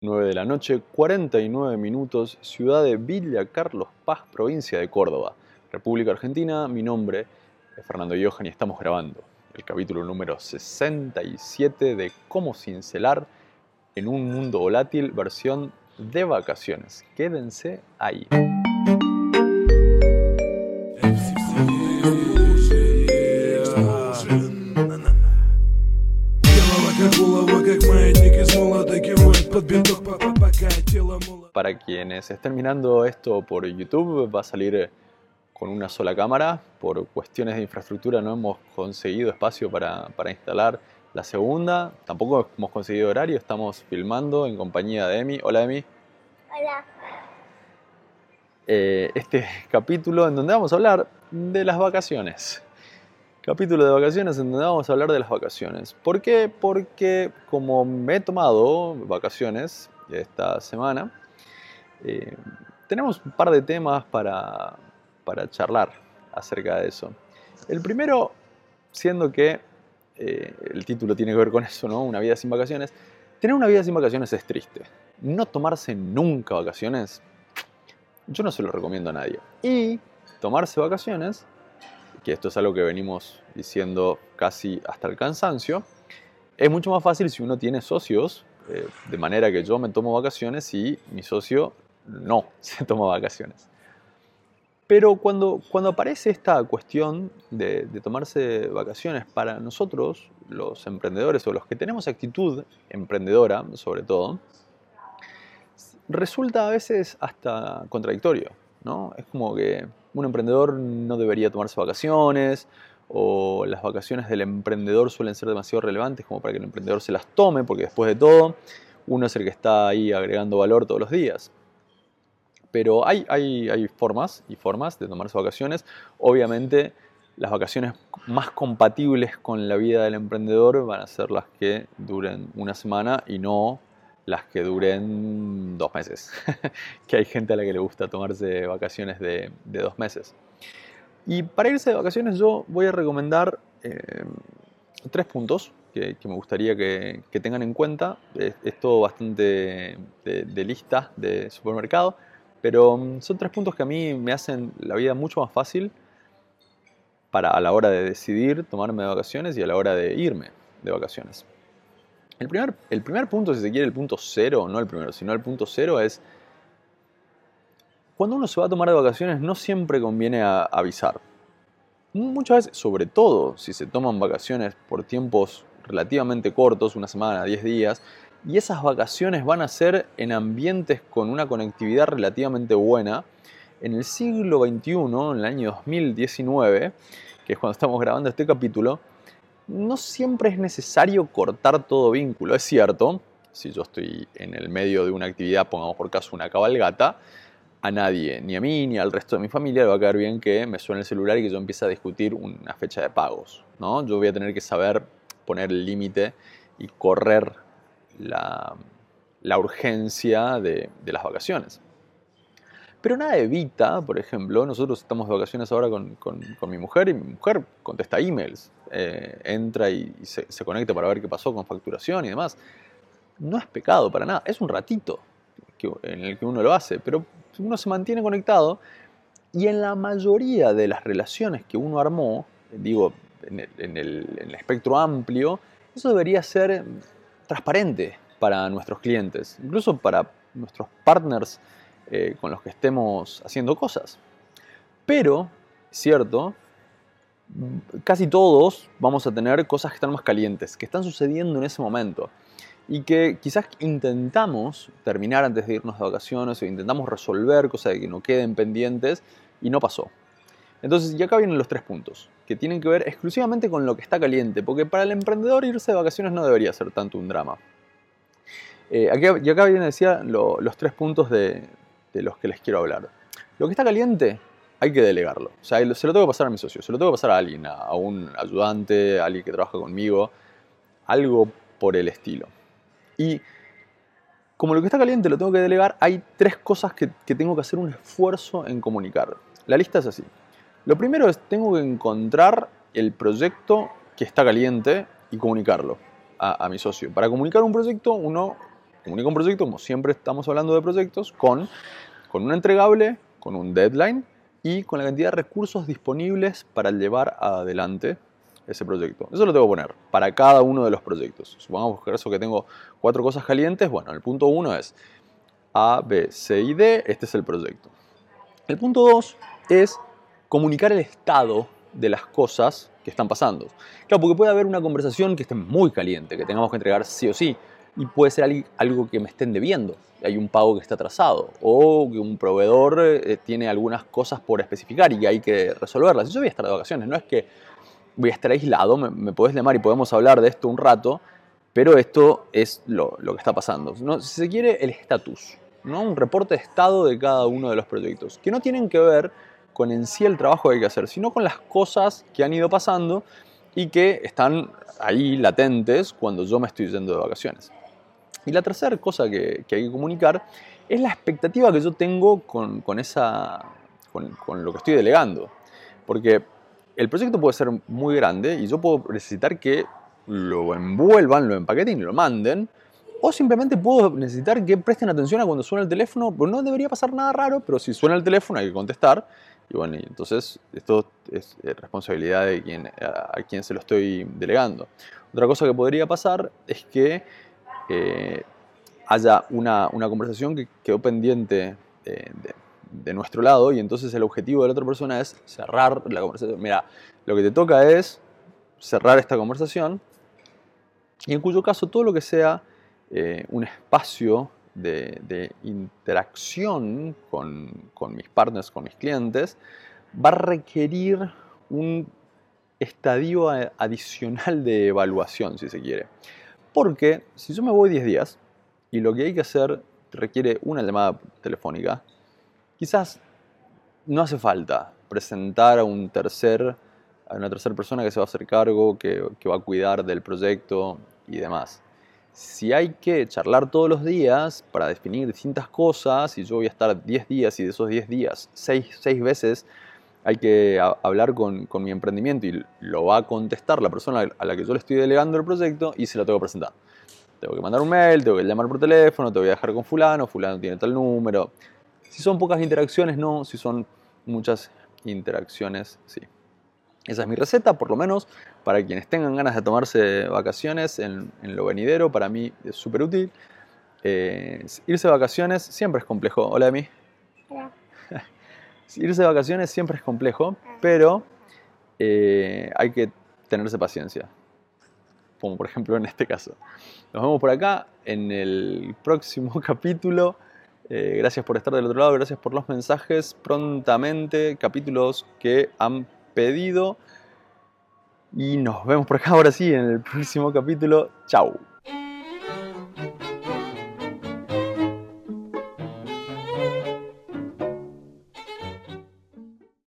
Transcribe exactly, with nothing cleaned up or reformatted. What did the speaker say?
nueve de la noche, cuarenta y nueve minutos, ciudad de Villa Carlos Paz, provincia de Córdoba, República Argentina. Mi nombre es Fernando Johan y estamos grabando el capítulo número sesenta y siete de Cómo cincelar en un mundo volátil, versión de vacaciones. Quédense ahí. Para quienes estén mirando esto por YouTube, va a salir con una sola cámara. Por cuestiones de infraestructura no hemos conseguido espacio para, para instalar la segunda. Tampoco hemos conseguido horario. Estamos filmando en compañía de Emi. Hola, Emi. Hola. Eh, este capítulo en donde vamos a hablar de las vacaciones. Capítulo de vacaciones en donde vamos a hablar de las vacaciones. ¿Por qué? Porque como me he tomado vacaciones esta semana, eh, tenemos un par de temas para, para charlar acerca de eso. El primero, siendo que eh, el título tiene que ver con eso, ¿no? Una vida sin vacaciones. Tener una vida sin vacaciones es triste. No tomarse nunca vacaciones, yo no se lo recomiendo a nadie. Y tomarse vacaciones, que esto es algo que venimos diciendo casi hasta el cansancio, es mucho más fácil si uno tiene socios, eh, de manera que yo me tomo vacaciones y mi socio no se toma vacaciones. Pero cuando, cuando aparece esta cuestión de, de tomarse vacaciones, para nosotros, los emprendedores o los que tenemos actitud emprendedora, sobre todo, resulta a veces hasta contradictorio, ¿no? Es como que un emprendedor no debería tomarse vacaciones, o las vacaciones del emprendedor suelen ser demasiado relevantes como para que el emprendedor se las tome, porque después de todo, uno es el que está ahí agregando valor todos los días. Pero hay, hay, hay formas y formas de tomarse vacaciones. Obviamente, las vacaciones más compatibles con la vida del emprendedor van a ser las que duren una semana y no las que duren dos meses. Que hay gente a la que le gusta tomarse vacaciones de, de dos meses. Y para irse de vacaciones yo voy a recomendar eh, tres puntos que, que me gustaría que, que tengan en cuenta. Es, es todo bastante de, de lista de supermercado, pero son tres puntos que a mí me hacen la vida mucho más fácil para a la hora de decidir tomarme de vacaciones y a la hora de irme de vacaciones. El primer, el primer punto, si se quiere, el punto cero, no el primero, sino el punto cero es: cuando uno se va a tomar de vacaciones no siempre conviene a, avisar. Muchas veces, sobre todo si se toman vacaciones por tiempos relativamente cortos, una semana, diez días, y esas vacaciones van a ser en ambientes con una conectividad relativamente buena, en el siglo veintiuno, en el año dos mil diecinueve, que es cuando estamos grabando este capítulo, no siempre es necesario cortar todo vínculo. Es cierto, si yo estoy en el medio de una actividad, pongamos por caso una cabalgata, a nadie, ni a mí ni al resto de mi familia, le va a caer bien que me suene el celular y que yo empiece a discutir una fecha de pagos, ¿no? Yo voy a tener que saber poner el límite y correr la, la urgencia de, de las vacaciones. Pero nada evita, por ejemplo, nosotros estamos de vacaciones ahora con, con, con mi mujer y mi mujer contesta emails, eh, entra y, y se, se conecta para ver qué pasó con facturación y demás. No es pecado para nada, es un ratito que, en el que uno lo hace, pero uno se mantiene conectado y en la mayoría de las relaciones que uno armó, digo, en el, en el, en el espectro amplio, eso debería ser transparente para nuestros clientes, incluso para nuestros partners eh, con los que estemos haciendo cosas. Pero, cierto, casi todos vamos a tener cosas que están más calientes, que están sucediendo en ese momento y que quizás intentamos terminar antes de irnos de vacaciones o intentamos resolver cosas que no queden pendientes y no pasó. Entonces, y acá vienen los tres puntos, que tienen que ver exclusivamente con lo que está caliente, porque para el emprendedor irse de vacaciones no debería ser tanto un drama. Eh, aquí, y acá vienen, decía, lo, los tres puntos de, de los que les quiero hablar. Lo que está caliente hay que delegarlo. O sea, se lo tengo que pasar a mi socio, se lo tengo que pasar a alguien, a, a un ayudante, a alguien que trabaja conmigo, algo por el estilo. Y como lo que está caliente lo tengo que delegar, hay tres cosas que, que tengo que hacer un esfuerzo en comunicar. La lista es así. Lo primero es, tengo que encontrar el proyecto que está caliente y comunicarlo a, a mi socio. Para comunicar un proyecto, uno comunica un proyecto, como siempre estamos hablando de proyectos, con, con un entregable, con un deadline y con la cantidad de recursos disponibles para llevar adelante ese proyecto. Eso lo tengo que poner para cada uno de los proyectos. Supongamos que eso que tengo cuatro cosas calientes, bueno, el punto uno es A, B, C y D, este es el proyecto. El punto dos es comunicar el estado de las cosas que están pasando. Claro, porque puede haber una conversación que esté muy caliente, que tengamos que entregar sí o sí, y puede ser algo que me estén debiendo. Hay un pago que está atrasado, o que un proveedor eh, tiene algunas cosas por especificar y que hay que resolverlas. Yo voy a estar de vacaciones, no es que voy a estar aislado, me, me podés llamar y podemos hablar de esto un rato, pero esto es lo, lo que está pasando. ¿No? Si se quiere, el estatus, ¿no? Un reporte de estado de cada uno de los proyectos, que no tienen que ver con en sí el trabajo que hay que hacer, sino con las cosas que han ido pasando y que están ahí latentes cuando yo me estoy yendo de vacaciones. Y la tercera cosa que, que hay que comunicar es la expectativa que yo tengo con, con, esa, con, con lo que estoy delegando. Porque el proyecto puede ser muy grande y yo puedo necesitar que lo envuelvan, lo empaqueten y lo manden. O simplemente puedo necesitar que presten atención a cuando suena el teléfono, porque no debería pasar nada raro, pero si suena el teléfono hay que contestar. Y bueno, y entonces esto es responsabilidad de quien, a, a quien se lo estoy delegando. Otra cosa que podría pasar es que eh, haya una, una conversación que quedó pendiente eh, de, de nuestro lado y entonces el objetivo de la otra persona es cerrar la conversación. Mira, lo que te toca es cerrar esta conversación y en cuyo caso todo lo que sea eh, un espacio de, de interacción con, con mis partners, con mis clientes, va a requerir un estadio adicional de evaluación, si se quiere. Porque si yo me voy diez días y lo que hay que hacer requiere una llamada telefónica, quizás no hace falta presentar a, un tercer, a una tercera persona que se va a hacer cargo, que, que va a cuidar del proyecto y demás. Si hay que charlar todos los días para definir distintas cosas, y yo voy a estar diez días y de esos diez días, seis veces hay que a, hablar con, con mi emprendimiento y lo va a contestar la persona a la que yo le estoy delegando el proyecto y se lo tengo que presentar. Tengo que mandar un mail, tengo que llamar por teléfono, te voy a dejar con fulano, fulano tiene tal número. Si son pocas interacciones, no. Si son muchas interacciones, sí. Esa es mi receta, por lo menos para quienes tengan ganas de tomarse vacaciones en, en lo venidero, para mí es súper útil. Eh, irse de vacaciones siempre es complejo. Hola, Emi. Hola. Irse de vacaciones siempre es complejo, pero eh, hay que tenerse paciencia. Como por ejemplo en este caso. Nos vemos por acá en el próximo capítulo. Eh, gracias por estar del otro lado, gracias por los mensajes. Prontamente, capítulos que han pedido. Y nos vemos por acá ahora sí en el próximo capítulo. Chau.